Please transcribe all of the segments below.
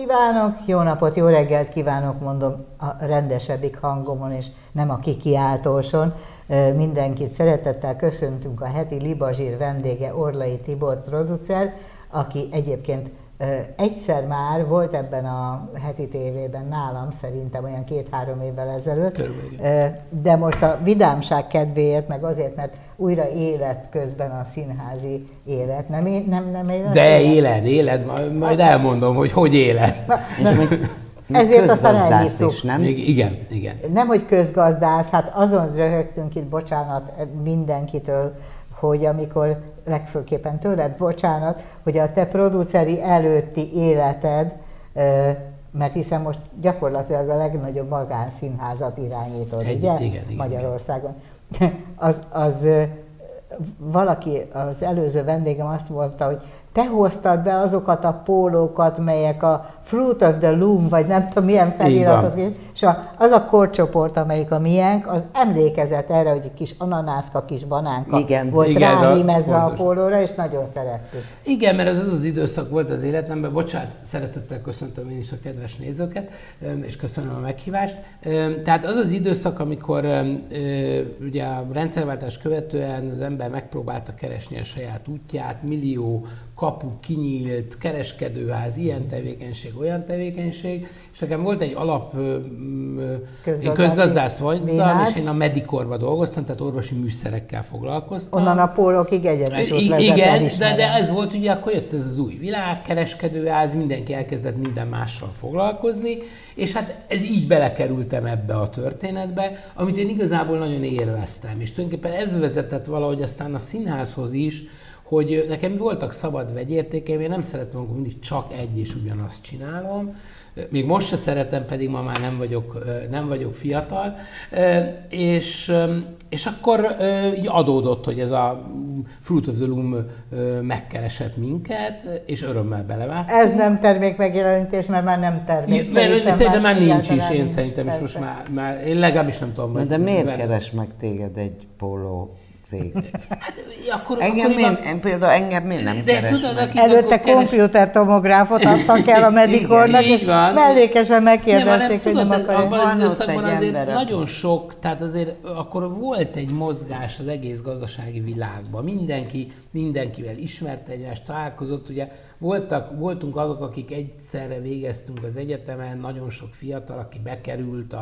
kívánok, jó napot, jó reggelt kívánok, mondom a rendesebbik hangomon, és nem a kikiáltóson. Mindenkit szeretettel köszöntünk, a heti Libazsír vendége Orlai Tibor producer, aki egyébként egyszer már volt ebben a heti tévében nálam, szerintem olyan 2-3 évvel ezelőtt, de most a vidámság kedvéért, meg azért, mert újra élet közben a színházi élet. Nem élet? De éled, majd elmondom, hogy éled. Ezért aztán elhívtuk. Is, nem? Igen. Nem, hogy közgazdász, hát azon röhögtünk itt, bocsánat mindenkitől, hogy amikor legfőképpen tőled, bocsánat, hogy a te produceri előtti életed, mert hiszen most gyakorlatilag a legnagyobb magánszínházat irányítod, ugye? Igen. Magyarországon. Az valaki, az előző vendégem azt mondta, hogy te hoztad be azokat a pólókat, melyek a Fruit of the Loom, vagy nem tudom milyen feliratot, és az a korcsoport, amelyik a miénk, az emlékezett erre, hogy egy kis ananászka, kis banánka volt ráhímezve a pólóra, és nagyon szerettük. Igen, mert ez az időszak volt az életemben. Bocsánat, szeretettel köszöntöm én is a kedves nézőket, és köszönöm a meghívást. Tehát az az időszak, amikor ugye a rendszerváltás követően az ember megpróbálta keresni a saját útját, millió kapu kinyílt, kereskedőház, ilyen tevékenység, olyan tevékenység, és nekem volt egy én közgazdász voltam, és én a Medikorban dolgoztam, tehát orvosi műszerekkel foglalkoztam. Onnan a pólókig egyenes út vezet. Igen, de ez volt ugye, akkor jött ez az új világ, kereskedőház, mindenki elkezdett minden mással foglalkozni, és hát ez így belekerültem ebbe a történetbe, amit én igazából nagyon élveztem, és tulajdonképpen ez vezetett valahogy aztán a színházhoz is, hogy nekem voltak szabad vegyértékeim, én nem szeretem, amikor mindig csak egy és ugyanazt csinálom. Még most se szeretem, pedig ma már nem vagyok fiatal. És akkor így adódott, hogy ez a Fruit of the Loom megkeresett minket, és örömmel belevágtunk. Ez nem termékmegjelenítés, mert már nem termék. Szerintem már nincs is, én szerintem is most már én legalábbis nem tudom. De miért keres meg téged egy póló cég? Hát, például engem miért nem keres meg? Előtte komputertomográfot adtak el a Medikornak, és mellékesen megkérdezték, hogy nem akarják. Abban az időszakban azért nagyon sok, tehát azért akkor volt egy mozgás az egész gazdasági világban. Mindenkivel ismerte egymást, találkozott. Ugye voltunk azok, akik egyszerre végeztünk az egyetemen, nagyon sok fiatal, aki bekerült,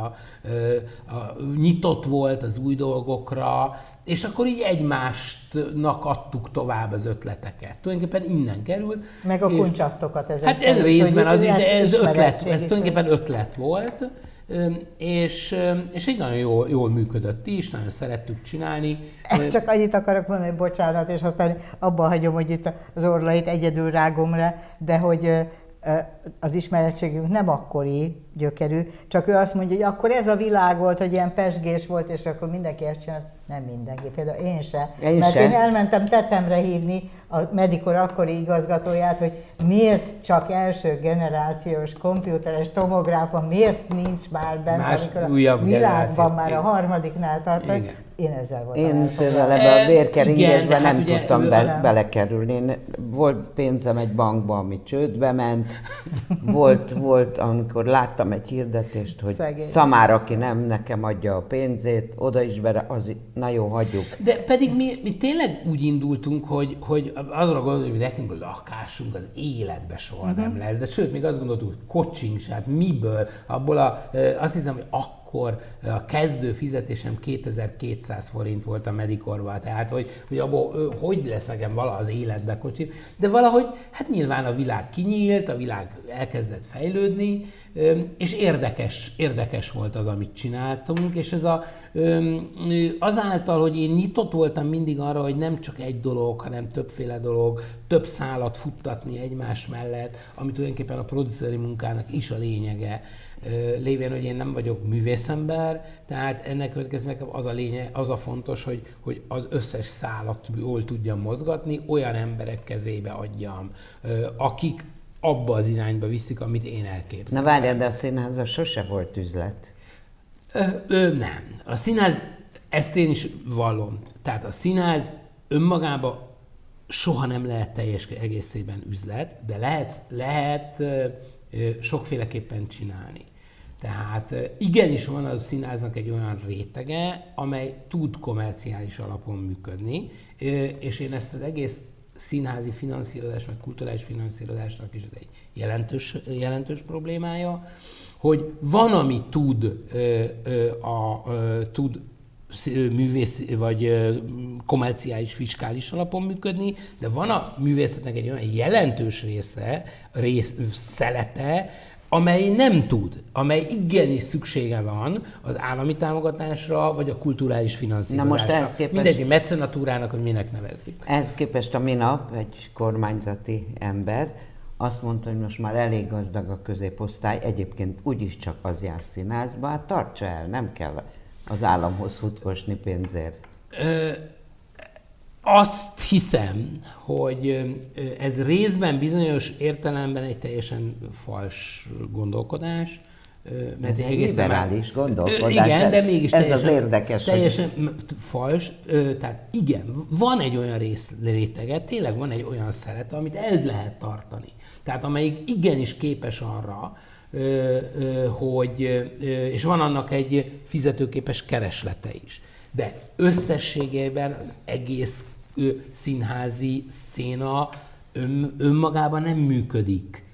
nyitott volt az új dolgokra, és akkor így egymásnak adtuk tovább az ötleteket. Tulajdonképpen innen került. Meg a kuncsaftokat ezek hát ez részben az is, de ez tulajdonképpen ötlet volt, és így nagyon jól működött is, nagyon szerettük csinálni. Csak annyit akarok mondani, hogy bocsánat, és aztán abba hagyom, hogy itt az Orlait egyedül rágom le, de hogy az ismerettségünk nem akkori gyökerű, csak ő azt mondja, hogy akkor ez a világ volt, hogy ilyen pezsgés volt, és akkor mindenki ezt csinált. Nem mindenki, például én én elmentem tetemre hívni a Medikor akkori igazgatóját, hogy miért csak első generációs komputeres tomográfon, miért nincs már benne, amikor a világban már a harmadiknál tartanak. Én ezzel voltam. Én például ebbe a vérkeringésbe nem tudtam belekerülni. Volt pénzem egy bankban, ami csődbe ment. Volt, amikor láttam egy hirdetést, hogy szamár, aki nem nekem adja a pénzét, oda is na jó, hagyjuk. De pedig mi tényleg úgy indultunk, hogy azra gondoljuk, hogy nekünk az lakásunk az életbe soha nem lesz. De sőt, még azt gondoltuk, hogy kocsink, hát miből, abból azt hiszem, hogy akkor a kezdő fizetésem 2200 forint volt a Medikorban, tehát hogy abból hogy lesz nekem vala az életbe kocsi. De valahogy, hát nyilván a világ kinyílt, a világ elkezdett fejlődni, és érdekes volt az, amit csináltunk, és ez azáltal, hogy én nyitott voltam mindig arra, hogy nem csak egy dolog, hanem többféle dolog, több szálat futtatni egymás mellett, ami tulajdonképpen a produceri munkának is a lényege, lévén, hogy én nem vagyok művészember, tehát ennek következően az a lényeg, az a fontos, hogy az összes szálat jól tudjam mozgatni, olyan emberek kezébe adjam, akik abba az irányba viszik, amit én elképzelem. Na várjál, de a színházban sose volt üzlet. Nem. A színház, ezt én is vallom. Tehát a színház önmagában soha nem lehet teljes egészében üzlet, de lehet sokféleképpen csinálni. Tehát igenis van a színháznak egy olyan rétege, amely tud komerciális alapon működni, és én ezt az egész színházi finanszírozás, meg kulturális finanszírozásnak is ez egy jelentős problémája, hogy van, ami tud művész vagy komerciális, fiskális alapon működni, de van a művészetnek egy olyan jelentős szelete, amely nem tud, amely igenis szüksége van az állami támogatásra, vagy a kulturális finanszírozásra. Na most ehhez képest... Mindegy, mecenatúrának, hogy minek nevezzük. Ehhez képest a minap egy kormányzati ember azt mondta, hogy most már elég gazdag a középosztály, egyébként úgyis csak az jár színházba, hát tartsa el, nem kell az államhoz futkosni pénzért. Azt hiszem, hogy ez részben bizonyos értelemben egy teljesen fals gondolkodás. Ez egy liberális gondolkodás. Igen, de mégis ez az érdekes. Teljesen fals. Tehát igen, van egy olyan rétege, tényleg van egy olyan szelet, amit el lehet tartani. Tehát amelyik igenis képes arra, hogy, és van annak egy fizetőképes kereslete is. De összességében az egész színházi széna önmagában nem működik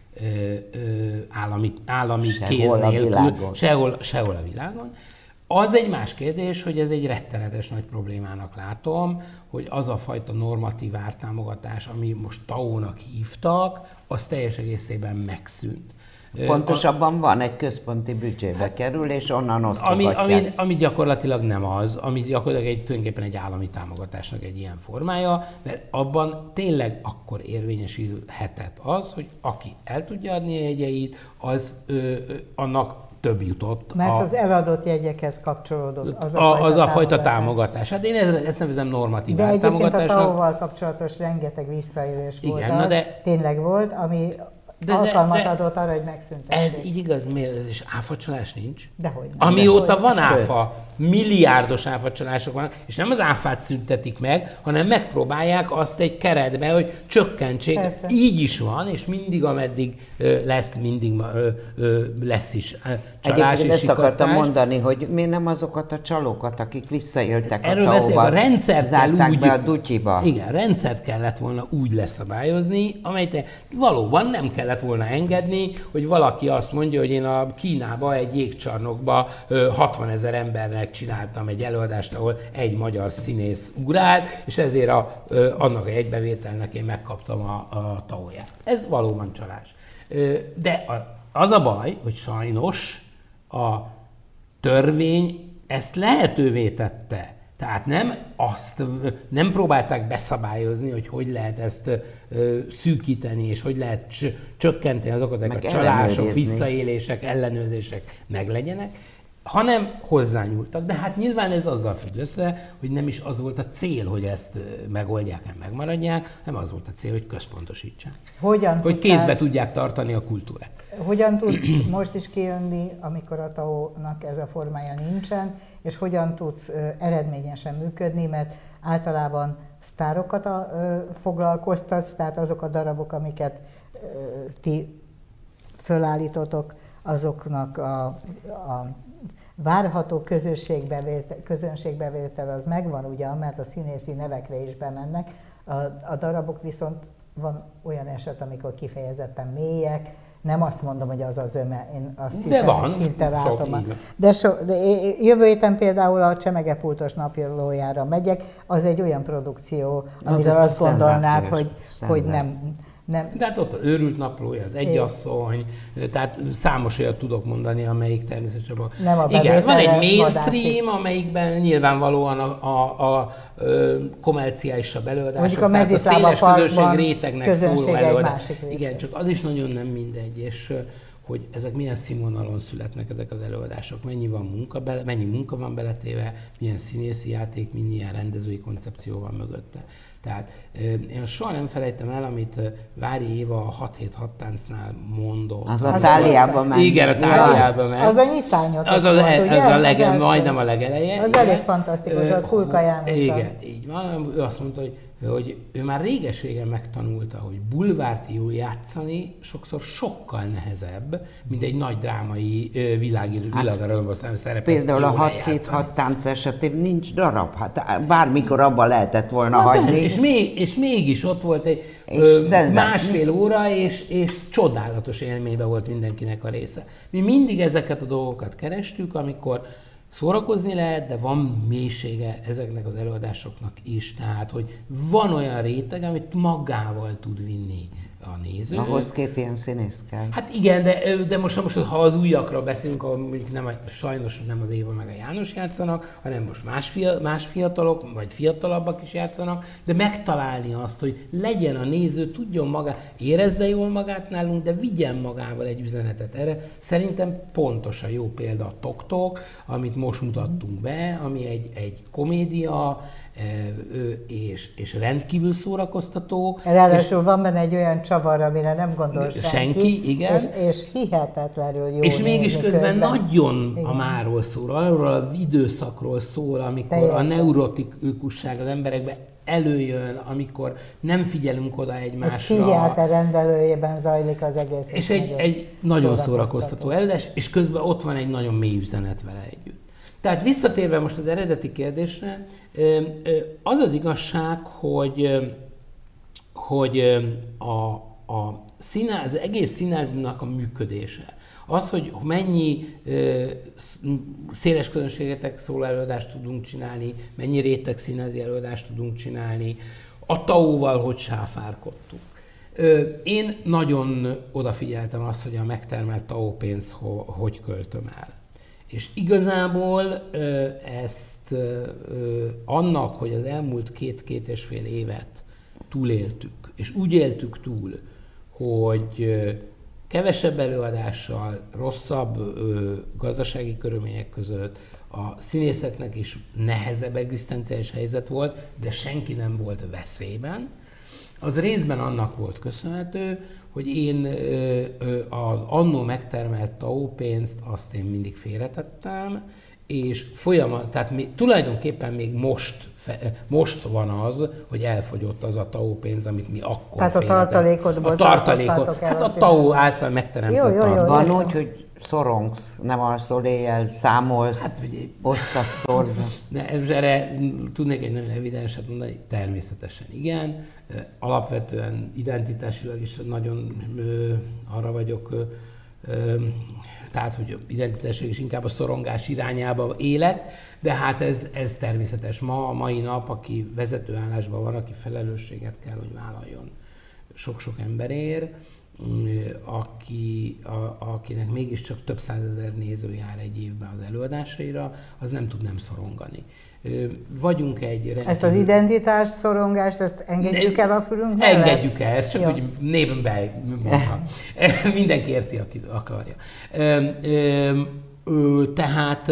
állami kéz nélkül. Sehol a világon. Az egy más kérdés, hogy ez egy rettenetes nagy problémának látom, hogy az a fajta normatív ártámogatás, ami most TAO-nak hívtak, az teljes egészében megszűnt. Pontosabban van, egy központi büdzsébe kerül, és onnan osztogatják. Ami gyakorlatilag nem az, ami gyakorlatilag tulajdonképpen egy állami támogatásnak egy ilyen formája, mert abban tényleg akkor érvényesülhetett az, hogy aki el tudja adni a jegyeit, az annak több jutott. Mert az eladott jegyekhez kapcsolódott az a fajta támogatás. Hát én ezt nevezem normatív támogatásnak. De egyébként a TAO-val kapcsolatos rengeteg visszaélés volt. Igen, tényleg volt, ami alkalmat adott arra, hogy megszüntessék. Ez így igaz, és áfacsalás nincs? Dehogy. Amióta van áfa, milliárdos áfacsalások vannak, és nem az áfát szüntetik meg, hanem megpróbálják azt egy keretbe, hogy csökkentsék. Persze. Így is van, és mindig, ameddig lesz is csalás és ezt akartam mondani, hogy miért nem azokat a csalókat, akik visszaéltek a TAO-val, a rendszert zárták be a dutyiba. Igen, rendszert kellett volna úgy leszabályozni, amely valóban nem kellett volna engedni, hogy valaki azt mondja, hogy én a Kínába, egy jégcsarnokba 60 000 embernek csináltam egy előadást, ahol egy magyar színész ugrált, és ezért annak a jegybevételnek én megkaptam a TAO-ját. Ez valóban csalás. De az a baj, hogy sajnos a törvény ezt lehetővé tette. Tehát nem próbálták beszabályozni, hogy lehet ezt szűkíteni, és hogy lehet csökkenteni azokat, hogy a csalások, visszaélések, ellenőrzések meglegyenek, hanem hozzányúltak. De hát nyilván ez azzal függ össze, hogy nem is az volt a cél, hogy ezt megoldják, megmaradják, hanem az volt a cél, hogy központosítsák. Hogy kézbe tudják tartani a kultúrát. Hogyan tudsz most is kijönni, amikor a TAO-nak ez a formája nincsen, és hogyan tudsz eredményesen működni, mert általában sztárokat foglalkoztatsz, tehát azok a darabok, amiket ti fölállítotok, azoknak a várható közönségbevétel az megvan ugyan, mert a színészi nevekre is bemennek, a darabok viszont van olyan eset, amikor kifejezetten mélyek, nem azt mondom, hogy az öme, én azt hiszem, hogy szinte látom. De jövő héten például a Csemege-pultos napjólójára megyek, az egy olyan produkció, amiről azt gondolnád, hogy nem. De hát ott az Őrült naplója, az Egyasszony, tehát számos olyat tudok mondani, amelyik természetesen... Igen, van egy mainstream, amelyikben nyilvánvalóan a komerciálisabb előadások, tehát a széles közönség rétegnek szóló előadás. Igen, csak az is nagyon nem mindegy, és hogy ezek milyen színvonalon születnek ezek az előadások, mennyi munka van beletéve, milyen színészi játék, milyen rendezői koncepció van mögötte. Tehát én soha nem felejtem el, amit Vári Éva a 6-7-6 táncnál mondott. Az a Táliában ment. Igen, a Táliában ment. Az a nyitányot. Majdnem a legeleje. Az elég fantasztikus, a Kulka Jánossal. Igen, így ő azt mondta, hogy ő már réges-régen megtanulta, hogy bulvárt jó játszani sokszor sokkal nehezebb, mint egy nagy drámai világáralomban szerepet. Például a 6-7-6 tánc esetén nincs darab, hát bármikor abban lehetett volna hagyni. És mégis ott volt egy másfél óra, és csodálatos élményben volt mindenkinek a része. Mi mindig ezeket a dolgokat kerestük, amikor szórakozni lehet, de van mélysége ezeknek az előadásoknak is. Tehát, hogy van olyan réteg, amit magával tud vinni a néző. Ahhoz 2 ilyen színész kell. Hát igen, de most ha az újakra beszélünk, mondjuk sajnos nem az Éva meg a János játszanak, hanem most más fiatalok, vagy fiatalabbak is játszanak, de megtalálni azt, hogy legyen a néző, tudjon magát, érezze jól magát nálunk, de vigyen magával egy üzenetet erre. Szerintem pontosan jó példa a Tok-Tok, amit most mutattunk be, ami egy komédia, és rendkívül szórakoztató. Ráadásul van benne egy olyan csavar, amire nem gondol senki, igen. És hihetetlenül jó. És mégis közben nagyon igen. a máról szól, arról a időszakról szól, amikor teljesen. A neurotikusság az emberekben előjön, amikor nem figyelünk oda egymásra. A pszichiáter rendelőjében zajlik az egész. És egy nagyon szórakoztató előadás, és közben ott van egy nagyon mély üzenet vele együtt. Tehát visszatérve most az eredeti kérdésre, az az igazság, hogy az egész színháznak a működése, az, hogy mennyi széles közönségetek szóló előadást tudunk csinálni, mennyi réteg színházi előadást tudunk csinálni, a TAO-val hogy sáfárkodtunk. Én nagyon odafigyeltem azt, hogy a megtermelt TAO pénzt hogy költöm el. És igazából ezt annak, hogy az elmúlt 2-2,5 évet túléltük, és úgy éltük túl, hogy kevesebb előadással, rosszabb gazdasági körülmények között a színészeknek is nehezebb egzisztenciális helyzet volt, de senki nem volt veszélyben, az részben annak volt köszönhető, hogy én az annó megtermelt TAO pénzt azt én mindig félretettem, és tehát tulajdonképpen még most van az, hogy elfogyott az a TAO pénz, amit mi akkor tehát a tartalékodból tartalékot. Hát a TAO által megteremtett tartalék. Van úgy, hogy szorongsz, nem alszol éjjel, számolsz, hát, osztasz, szorzat. De erre tudnék egy nagyon evidenset mondani, természetesen igen. Alapvetően identitásilag is nagyon arra vagyok, tehát, hogy identitásilag is inkább a szorongás irányába élek, de hát ez természetes. A mai nap, aki vezetőállásban van, aki felelősséget kell, hogy vállaljon sok-sok emberért, akinek mégiscsak több százezer néző jár egy évben az előadásaira, az nem tud nem szorongani. Vagyunk egy rendkívül... Ezt az identitás szorongást, ezt engedjük el a fülünk mellett? Engedjük el, ezt csak úgy névben mondva. Mindenki érti, aki akarja. Tehát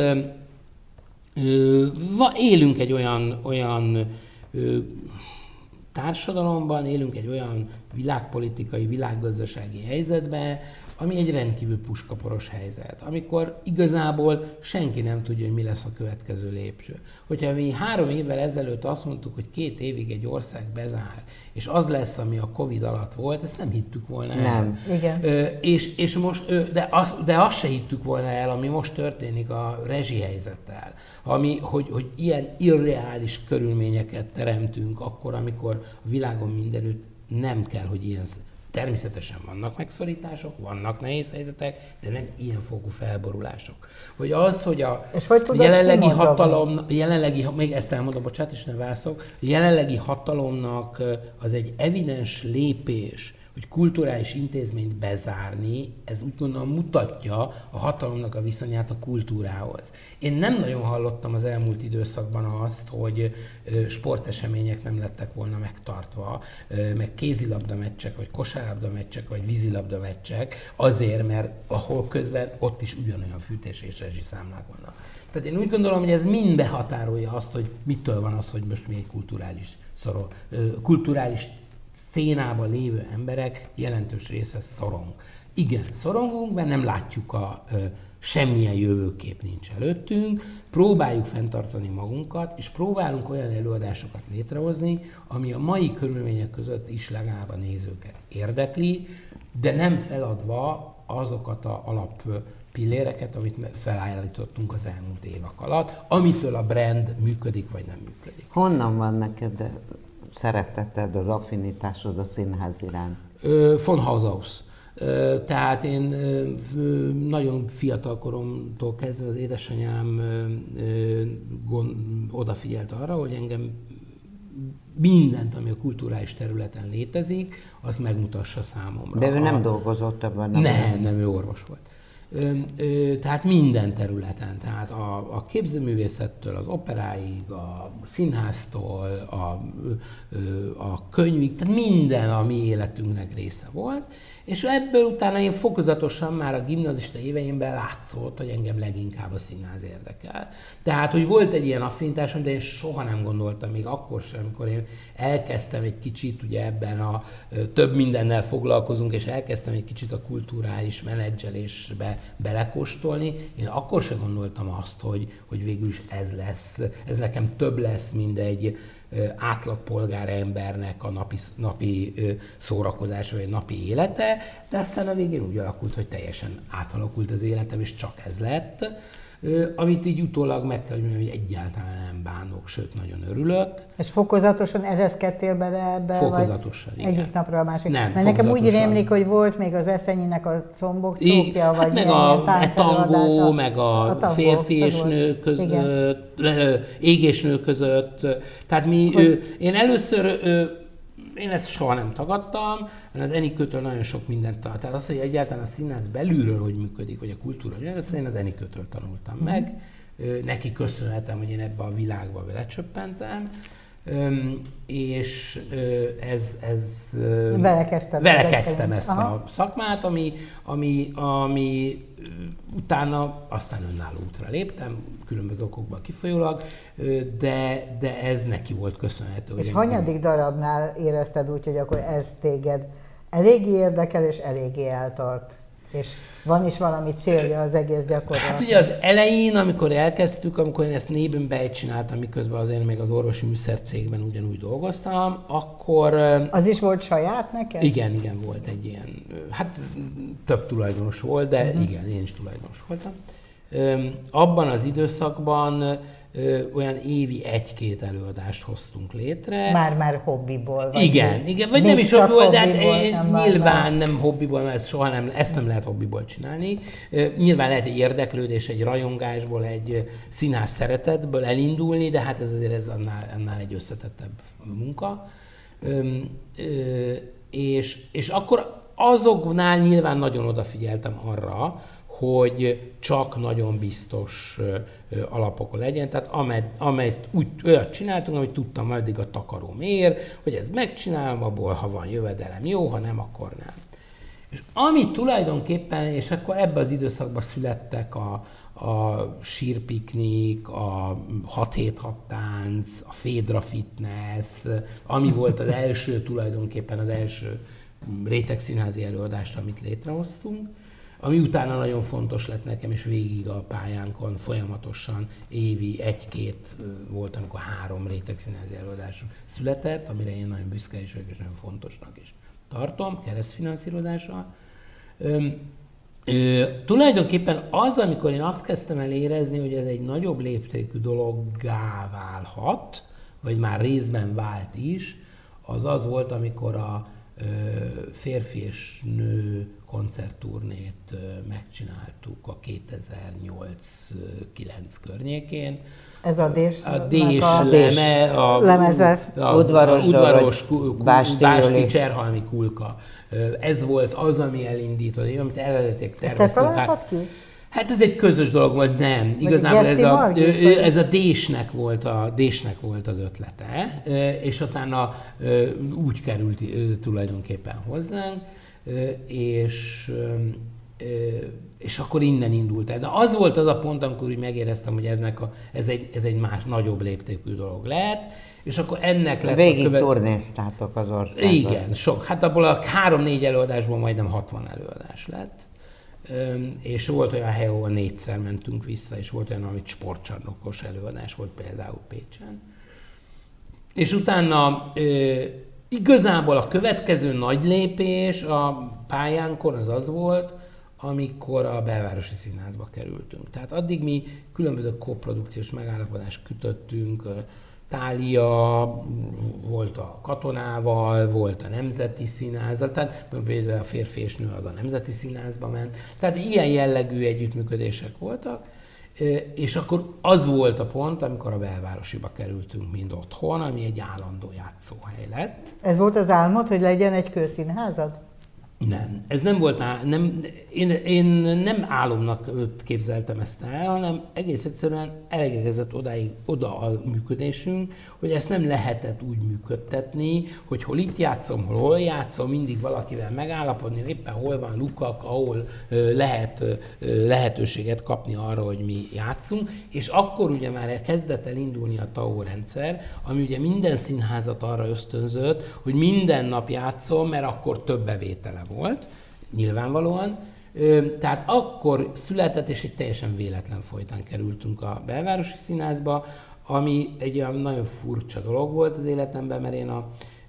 élünk egy olyan társadalomban, élünk egy olyan világpolitikai, világgazdasági helyzetben, ami egy rendkívül puskaporos helyzet, amikor igazából senki nem tudja, hogy mi lesz a következő lépcső. Hogyha mi 3 évvel ezelőtt azt mondtuk, hogy 2 évig egy ország bezár, és az lesz, ami a Covid alatt volt, ezt nem hittük volna el. Nem. Igen. És most, de azt se hittük volna el, ami most történik a rezsihelyzettel, hogy ilyen irreális körülményeket teremtünk akkor, amikor a világon mindenütt nem kell, hogy ilyen. Természetesen vannak megszorítások, vannak nehéz helyzetek, de nem ilyen fokú felborulások. Vagy az, hogy a jelenlegi még ezt elmondom, bocsánat, és ne válaszolok, a jelenlegi hatalomnak az egy evidens lépés, hogy kulturális intézményt bezárni, ez úgy gondolom mutatja a hatalomnak a viszonyát a kultúrához. Én nem nagyon hallottam az elmúlt időszakban azt, hogy sportesemények nem lettek volna megtartva, meg kézilabda meccsek, vagy kosárlabda meccsek, vagy vízilabda meccsek, azért, mert ahol közben ott is ugyanolyan fűtés és rezsiszámlák vannak. Tehát én úgy gondolom, hogy ez mind behatárolja azt, hogy mitől van az, hogy most mi egy kulturális szénában lévő emberek jelentős része szorong. Igen, szorongunk, mert nem látjuk semmilyen jövőkép nincs előttünk, próbáljuk fenntartani magunkat, és próbálunk olyan előadásokat létrehozni, ami a mai körülmények között is legalább a nézőket érdekli, de nem feladva azokat az alappilléreket, amit felállítottunk az elmúlt évek alatt, amitől a brand működik vagy nem működik. Honnan van neked szereteted, az affinitásod a színház iránt? Von Haus. Tehát én nagyon fiatal koromtól kezdve az édesanyám odafigyelt arra, hogy engem mindent, ami a kulturális területen létezik, azt megmutassa számomra. De ő nem dolgozott ebben? Nem, ő orvos volt. Tehát minden területen, tehát a képzőművészettől, az operáig, a színháztól, a könyvig, tehát minden a mi életünknek része volt, és ebből utána én fokozatosan már a gimnazista éveimben látszott, hogy engem leginkább a színház érdekel. Tehát, hogy volt egy ilyen affinitásom, de én soha nem gondoltam, még akkor sem, amikor én elkezdtem egy kicsit, ugye ebben a több mindennel foglalkozunk, és elkezdtem egy kicsit a kulturális menedzselésbe belekóstolni, én akkor sem gondoltam azt, hogy végül is ez nekem több lesz, mint egy átlag polgárembernek a napi szórakozás vagy napi élete, de aztán a végén úgy alakult, hogy teljesen átalakult az életem, és csak ez lett, amit így utólag meg kell mondani, hogy egyáltalán nem bánok, sőt, nagyon örülök. És fokozatosan ereszkedtél bele ebbe? Fokozatosan, igen. Egyik napra a másik? Nem, mert nekem úgy rémlik, hogy volt még az Eszenyinek a combok csókja, vagy meg a tangó, meg a férfi és nő között, ég és nő között. Tehát én először, én ezt soha nem tagadtam, mert az Enikőtől nagyon sok mindent tanultam. Tehát azt, hogy egyáltalán a színház belülről hogy működik, vagy a kultúra, ezt én az Enikőtől tanultam meg. Neki köszönhetem, hogy én ebbe a világba belecsöppentem. És vele kezdtem ezt a szakmát, ami utána aztán önálló útra léptem, különböző okokból kifolyólag, de ez neki volt köszönhető. És hanyadik darabnál érezted úgy, hogy akkor ez téged eléggé érdekel és eléggé eltart? És van is valami célja az egész gyakorlat? Hát ugye az elején, amikor elkezdtük, amikor én ezt Nébenbe csináltam, miközben azért még az orvosi műszercégben ugyanúgy dolgoztam, akkor... Az is volt saját neked? Igen, volt egy ilyen, hát több tulajdonos volt, de igen, én is tulajdonos voltam. Abban az időszakban olyan évi 1-2 előadást hoztunk létre. Már hobbiból? Vagy igen, vagy nem is hobbiból, de hát nyilván nem hobbiból, mert ezt nem lehet hobbiból csinálni. Nyilván lehet egy érdeklődés, egy rajongásból, egy színház szeretetből elindulni, de hát ez annál egy összetettebb munka. És akkor azoknál nyilván nagyon odafigyeltem arra, hogy csak nagyon biztos alapokon legyen, tehát amelyet olyat csináltunk, amit tudtam, addig a takaróm ér, hogy ezt megcsinálom, abból ha van jövedelem jó, ha nem, akkor nem. És ami tulajdonképpen, és akkor ebben az időszakban születtek a sírpiknik, a 6-7-6 tánc, a Fédra Fitness, ami volt az első, tulajdonképpen az első rétegszínházi előadást, amit létrehoztunk, ami utána nagyon fontos lett nekem, és végig a pályánkon folyamatosan évi 1-2 volt, amikor 3 rétegszínházi előadás született, amire én nagyon büszke is vagyok, és nagyon fontosnak is tartom, keresztfinanszírozással. Tulajdonképpen az, amikor én azt kezdtem el érezni, hogy ez egy nagyobb léptékű dologgá válhat, vagy már részben vált is, az volt, amikor a férfi és nő koncertturnét megcsináltuk a 2008-9 környékén. Ez a Dés lemeze, udvaros Básti Cserhalmi Kulka. Ez volt az, ami elindított, amit eredetileg terveztünk. Ezt te találtad ki? Hát ez egy közös dolog volt, nem. Igazából ez a Désnek volt az ötlete, és utána úgy került tulajdonképpen hozzánk, és És akkor innen indult el. De az volt az a pont, amikor úgy megéreztem, hogy ez egy más, nagyobb léptékű dolog lehet, és akkor ennek lett végig turnéztátok az országot. Igen, sok. Hát abból a 3-4 előadásból majdnem 60 előadás lett. És volt olyan hely, ahol 4-szer mentünk vissza, és volt olyan, amit sportcsarnokos előadás volt például Pécsen. És utána igazából a következő nagy lépés a pályánkon az volt, amikor a Belvárosi Színházba kerültünk. Tehát addig mi különböző koprodukciós megállapodást kötöttünk, Thália, volt a Katonával, volt a Nemzeti Színházzal, tehát például a Férfi és Nő az a Nemzeti Színházba ment. Tehát ilyen jellegű együttműködések voltak, és akkor az volt a pont, amikor a Belvárosiba kerültünk mind otthon, ami egy állandó játszóhely lett. Ez volt az álmod, hogy legyen egy kőszínházad? Nem, ez nem volt, én nem álomnak képzeltem ezt el, hanem egész egyszerűen elégezett oda a működésünk, hogy ezt nem lehetett úgy működtetni, hogy hol itt játszom, hol játszom, mindig valakivel megállapodni, éppen hol van lukak, ahol lehet lehetőséget kapni arra, hogy mi játszunk, és akkor ugye már kezdett el indulni a TAO rendszer, ami ugye minden színházat arra ösztönzött, hogy minden nap játszom, mert akkor több bevétele volt, nyilvánvalóan. Tehát akkor született, és egy teljesen véletlen folytán kerültünk a Belvárosi Színházba, ami egy olyan nagyon furcsa dolog volt az életemben, mert én a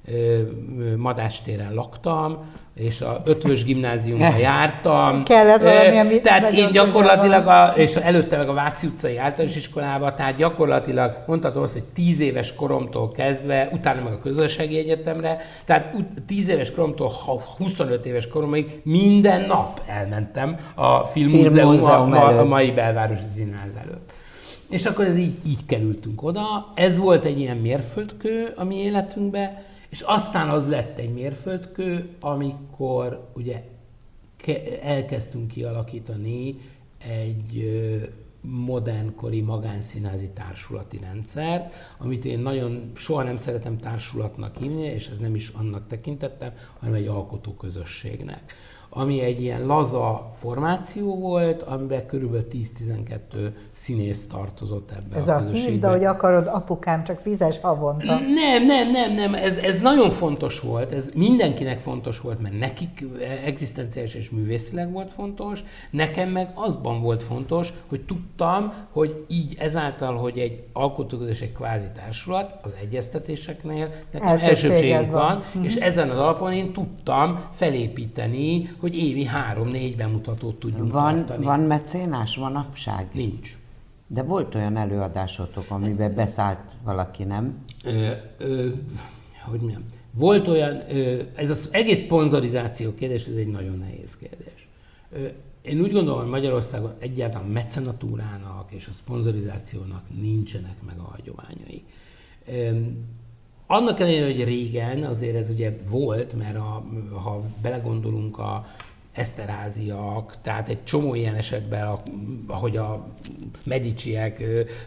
Madách téren laktam, és a Ötvös gimnáziumban jártam. Kellett valami, amit tehát én gyakorlatilag, és előtte meg a Váci utcai általános iskolában, tehát gyakorlatilag mondhatom azt, hogy 10 éves koromtól kezdve, utána meg a Közösségi Egyetemre, tehát 10 éves koromtól 25 éves koromig minden nap elmentem a Filmmúzeum a mai Belvárosi Színház előtt. És akkor ez így kerültünk oda. Ez volt egy ilyen mérföldkő a mi életünkben, és aztán az lett egy mérföldkő, amikor ugye elkezdtünk kialakítani egy modernkori magánszínházi társulati rendszert, amit én nagyon soha nem szeretem társulatnak hívni, és ez nem is annak tekintettem, hanem egy alkotóközösségnek. Ami egy ilyen laza formáció volt, amiben körülbelül 10-12 színész tartozott ebbe ez a közösségbe. Hívd, ahogy akarod, apukám, csak fizes havonta. Nem. Ez nagyon fontos volt, ez mindenkinek fontos volt, mert nekik egzisztenciális és művészileg volt fontos, nekem meg azban volt fontos, hogy tudtam, hogy így ezáltal, hogy egy alkotóközösség kvázi társulat, az egyeztetéseknél nekem elsőbségünk van, és ezen az alapon én tudtam felépíteni, hogy évi 3-4 bemutatót tudjunk tartani. Van mecénás manapság? Nincs. De volt olyan előadásotok, amiben beszállt valaki, nem? Hogy mondjam? Volt olyan, ez az egész szponzorizáció kérdés, ez egy nagyon nehéz kérdés. Én úgy gondolom, hogy Magyarországon egyáltalán mecenatúrának és a szponzorizációnak nincsenek meg a hagyományai. Annak ellenére, hogy régen azért ez ugye volt, mert ha belegondolunk a Esterházyak, tehát egy csomó ilyen esetben, ahogy a Mediciek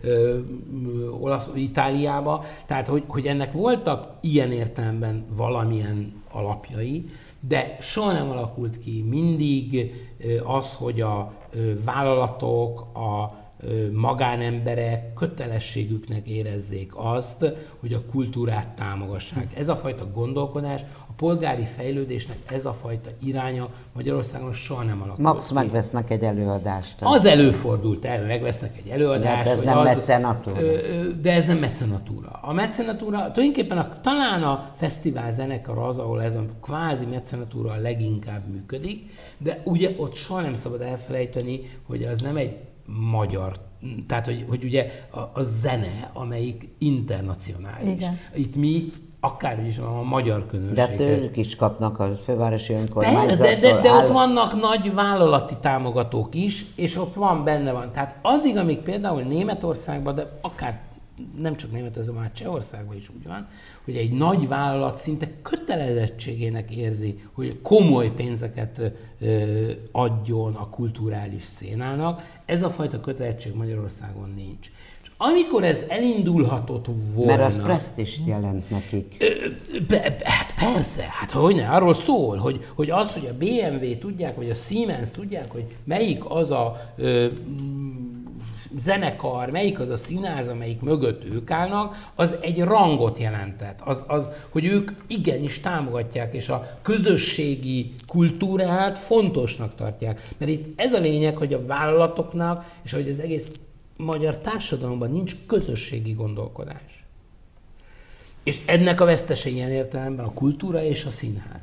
Itáliába, tehát hogy ennek voltak ilyen értelemben valamilyen alapjai, de soha nem alakult ki mindig az, hogy a vállalatok, a magánemberek kötelességüknek érezzék azt, hogy a kultúrát támogassák. Ez a fajta gondolkodás, a polgári fejlődésnek ez a fajta iránya Magyarországon soha nem alakult Max ki. megvesznek egy előadást. Az előfordult megvesznek egy előadást. De ez nem mecenatúra. De ez nem mecenatúra. A mecenatúra, tulajdonképpen talán a fesztivál zenekar az, ahol ez a kvázi mecenatúra a leginkább működik, de ugye ott soha nem szabad elfelejteni, hogy az nem egy magyar, tehát hogy ugye a zene, amelyik internacionális. Igen. Itt mi akárhogy is van a magyar közönséget. De ők is kapnak a fővárosi önkormányzattól. De ott vannak nagy vállalati támogatók is, és ott benne van. Tehát addig, amíg például Németországban, de akár nem csak Németországban, már Csehországban is úgy van, hogy egy nagy vállalat szinte kötelezettségének érzi, hogy komoly pénzeket adjon a kulturális szénának. Ez a fajta kötelezettség Magyarországon nincs. És amikor ez elindulhatott volna... Mert az presztízst jelent nekik. Hát persze, hát hogyne, arról szól, hogy az, hogy a BMW tudják, vagy a Siemens tudják, hogy melyik az a zenekar, melyik az a színház, amelyik mögött ők állnak, az egy rangot jelentett. Az, hogy ők igenis támogatják, és a közösségi kultúrát fontosnak tartják. Mert itt ez a lényeg, hogy a vállalatoknak, és hogy az egész magyar társadalomban nincs közösségi gondolkodás. És ennek a vesztese ilyen értelemben a kultúra és a színház.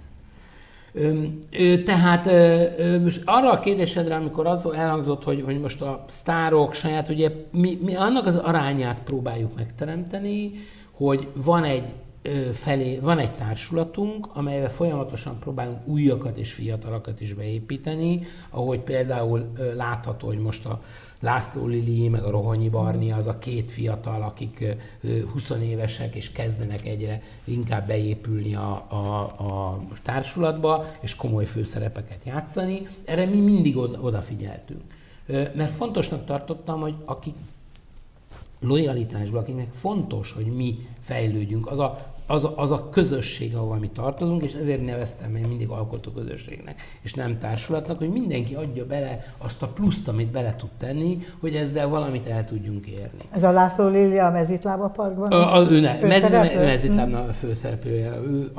Tehát most arra a kérdésedre, amikor az elhangzott, hogy most a sztárok saját, ugye mi annak az arányát próbáljuk megteremteni, hogy van egy társulatunk, amelyben folyamatosan próbálunk újakat és fiatalokat is beépíteni, ahogy például látható, hogy most a László Lili, meg a Rohonyi Barni az a két fiatal, akik 20 évesek és kezdenek egyre inkább beépülni a társulatba, és komoly főszerepeket játszani. Erre mi mindig odafigyeltünk. Mert fontosnak tartottam, hogy akik lojalitásban, akiknek fontos, hogy mi fejlődjünk, az a közösség, ahova mi tartozunk, és ezért neveztem én mindig alkotóközösségnek, és nem társulatnak, hogy mindenki adja bele azt a pluszt, amit bele tud tenni, hogy ezzel valamit el tudjunk érni. Ez a László Lili a Mezitlába Parkban? Mezitlábnak a főszereplője.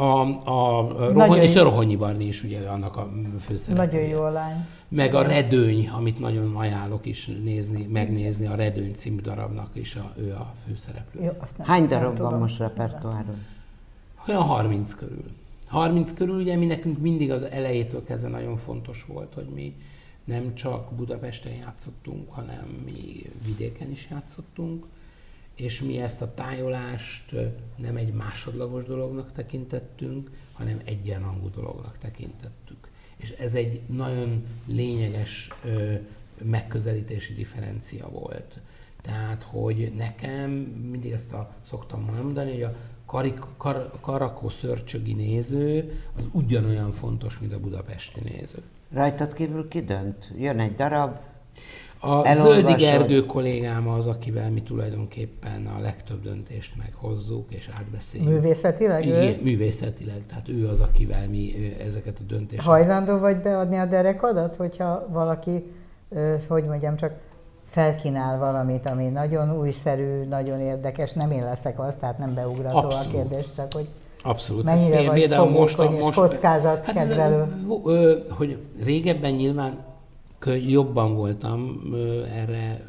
És a Rohonyi Barni is ugye annak a főszereplője. Nagyon jó a lány. Meg a Redőny, amit nagyon ajánlok is megnézni, a Redőny című darabnak is ő a főszereplő. Jó, hány darab van most repertoáron? Olyan 30 körül. 30 körül, ugye mi nekünk mindig az elejétől kezdve nagyon fontos volt, hogy mi nem csak Budapesten játszottunk, hanem mi vidéken is játszottunk, és mi ezt a tájolást nem egy másodlagos dolognak tekintettünk, hanem egyenrangú dolognak tekintettük. És ez egy nagyon lényeges megközelítési differencia volt. Tehát, hogy nekem mindig ezt szoktam mondani, hogy a Karakó-Szörcsögi néző az ugyanolyan fontos, mint a budapesti néző. Rajtad kívül ki dönt? Jön egy darab, a Zöldi Gergő kollégám az, akivel mi tulajdonképpen a legtöbb döntést meghozzuk és átbeszéljük. Művészetileg? Igen, művészetileg. Tehát ő az, akivel mi ezeket a döntéseket... Hajlandó vagy beadni a derekadat, hogyha valaki, hogy mondjam, csak felkínál valamit, ami nagyon újszerű, nagyon érdekes, nem én leszek az, tehát nem beugrató Abszolút. A kérdés, csak hogy abszolút. mennyire vagy fogékony és kockázatkedvelő. Hogy régebben nyilván jobban voltam erre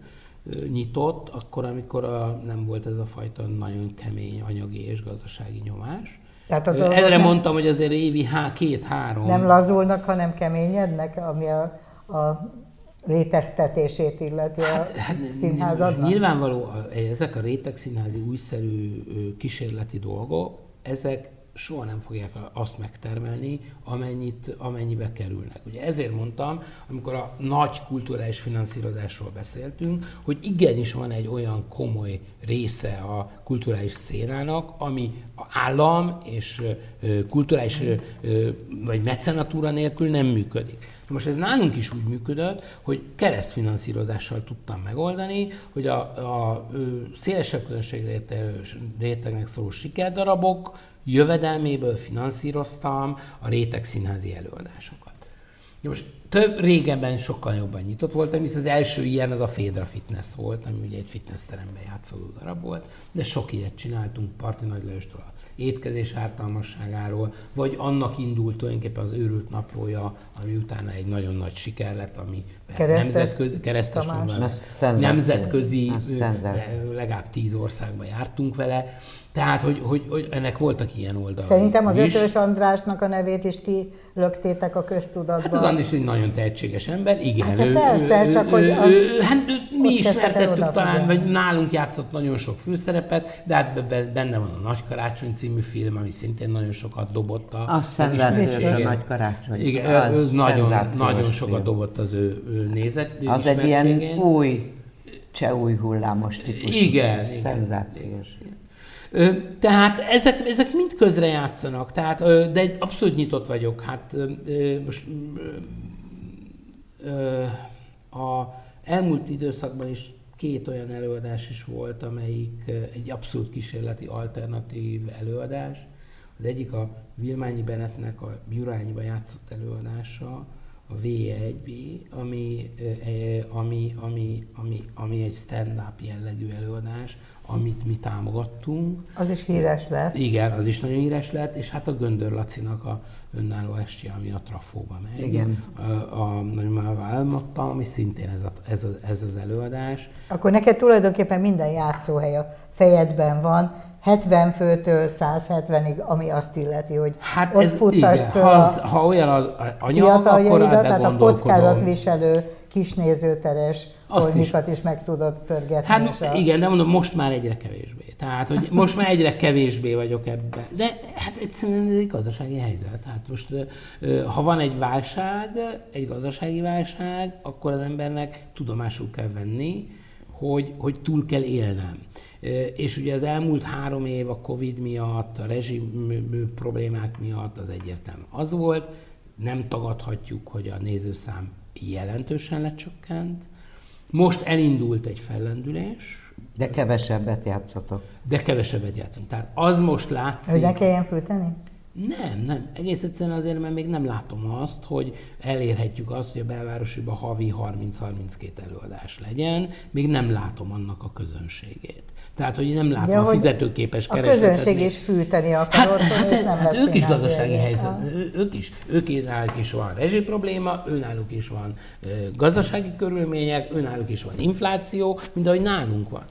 nyitott, akkor, amikor nem volt ez a fajta nagyon kemény anyagi és gazdasági nyomás. Erre mondtam, hogy azért évi 2-3... Nem lazulnak, hanem keményednek, ami a léteztetését illeti a színházadnak? Nyilvánvaló, ezek a rétegszínházi újszerű kísérleti dolgok, ezek soha nem fogják azt megtermelni, amennyibe kerülnek. Ugye ezért mondtam, amikor a nagy kulturális finanszírozásról beszéltünk, hogy igenis van egy olyan komoly része a kulturális szénának, ami állam és kulturális vagy mecenatúra nélkül nem működik. Most ez nálunk is úgy működött, hogy keresztfinanszírozással tudtam megoldani, hogy a szélesebb közönség rétegnek szóló sikerdarabok jövedelméből finanszíroztam a rétegszínházi előadásokat. Most régebben sokkal jobban nyitott voltam, hisz az első ilyen az a Fédra Fitness volt, ami ugye egy fitnessteremben játszódó darab volt, de sok ilyet csináltunk Parti Nagy Lajostól a étkezés ártalmasságáról, vagy annak indult tulajdonképpen az Őrült Naplója, ami utána egy nagyon nagy siker lett, ami nemzetközi, legalább 10 országban jártunk vele. Tehát, hogy ennek voltak ilyen oldalai. Szerintem az Ötvös Andrásnak a nevét is ti löktétek a köztudatba. Hát az András egy nagyon tehetséges ember, igen. Hát persze, csak hogy... mi ismertettük talán, vagy nálunk játszott nagyon sok főszerepet, de hát benne van a Nagy Karácsony című film, ami szintén nagyon sokat dobott a... Az szenzációs a Nagy Karácsony. Igen, nagyon sokat dobott az ő nézet. Az egy ilyen új, új hullámos típus. Igen. Szenzációs. Tehát ezek mind közre játszanak, tehát, de abszolút nyitott vagyok. Hát most a elmúlt időszakban is 2 olyan előadás is volt, amelyik egy abszolút kísérleti, alternatív előadás. Az egyik a Vilmányi Benettnek a Gyurányiba játszott előadása, a V1B, ami egy stand-up jellegű előadás, amit mi támogattunk. Az is híres lett. Igen, az is nagyon híres lett, és hát a Göndör Lacinak a önálló estje, ami a Trafóba megy. Igen. Már elmondtam, ami szintén ez az előadás. Akkor neked tulajdonképpen minden játszóhely a fejedben van, 70 főtől 170-ig, ami azt illeti, hogy hát ott futtasd föl ha olyan az anyag, akkor tehát a kockázatviselő, kisnézőteres holmikat is meg tudod pörgetni. Hát igen, de mondom, most már egyre kevésbé. Tehát, hogy most már egyre kevésbé vagyok ebben. De hát egyszerűen ez egy gazdasági helyzet. Tehát most, ha van egy válság, egy gazdasági válság, akkor az embernek tudomásul kell venni, hogy túl kell élnem. És ugye az elmúlt 3 év a Covid miatt, a rezsi problémák miatt az egyértelmű az volt, nem tagadhatjuk, hogy a nézőszám jelentősen lecsökkent. Most elindult egy fellendülés. De kevesebbet játszotok. Tehát az most látszik... Hogy ne kelljen fűteni? Nem. Egész egyszerűen azért, mert még nem látom azt, hogy elérhetjük azt, hogy a belvárosiban havi 30-32 előadás legyen. Még nem látom annak a közönségét. Tehát, hogy nem látom a fizetőképes keresletet. A közönség is fűteni akar otthon, és nem ők is gazdasági helyzet. Őnáluk is van rezsi probléma, őnáluk is van gazdasági körülmények, őnáluk is van infláció, mint ahogy nálunk van.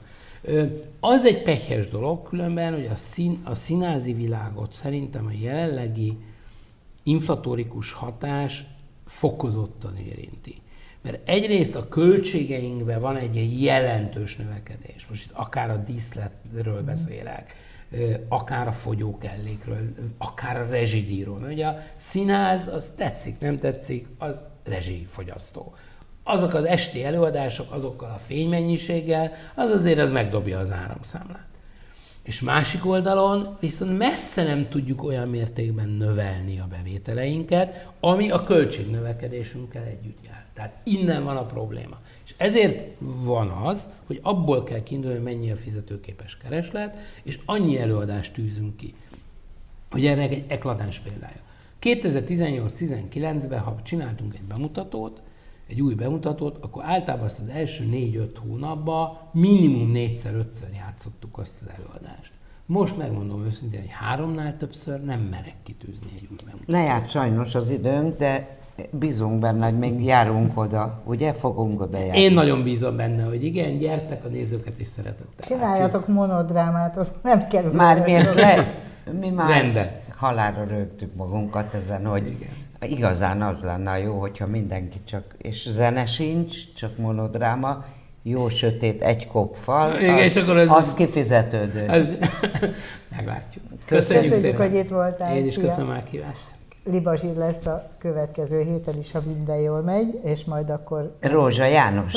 Az egy pekhes dolog különben, hogy a színházi világot szerintem a jelenlegi inflatórikus hatás fokozottan érinti. Mert egyrészt a költségeinkben van egy jelentős növekedés. Most itt akár a díszletről beszélek, akár a fogyókellékről, akár a rezsidíjról. Mert ugye a színház, az tetszik, nem tetszik, az rezsifogyasztó. Azok az esti előadások, azokkal a fénymennyiséggel, az megdobja az áramszámlát. És másik oldalon viszont messze nem tudjuk olyan mértékben növelni a bevételeinket, ami a költségnövekedésünkkel együtt jár. Tehát innen van a probléma. És ezért van az, hogy abból kell kiindulni, hogy mennyi a fizetőképes kereslet, és annyi előadást tűzünk ki. Hogy ennek egy eklatáns példája. 2018-19-ben, ha csináltunk egy új bemutatót, akkor általában azt az első 4-5 hónapban minimum 4-5-ször játszottuk azt az előadást. Most megmondom őszintén, hogy 3-nál többször nem merek kitűzni egy új bemutatót. Lejárt sajnos az időnk, de bízunk benne, hogy még járunk oda, ugye? Fogunk oda járni. Én nagyon bízom benne, hogy igen, gyertek, a nézőket is szeretettel. Csináljatok monodrámát, az nem kerül. Már mi már halálra rögtük magunkat ezen, hogy igen. Igazán az lenne jó, hogyha mindenki csak, és zene sincs, csak monodráma, jó sötét egy kopfal, az kifizetődő. Meglátjuk. Köszönjük szépen, hogy itt voltál. Én is köszönöm a meghívást. Liba Zsid lesz a következő héten is, ha minden jól megy, és majd akkor... Rózsa János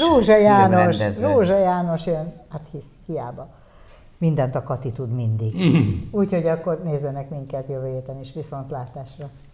jön, hát hiába. Mindent a Kati tud mindig. Úgyhogy akkor nézzenek minket jövő héten is, viszontlátásra.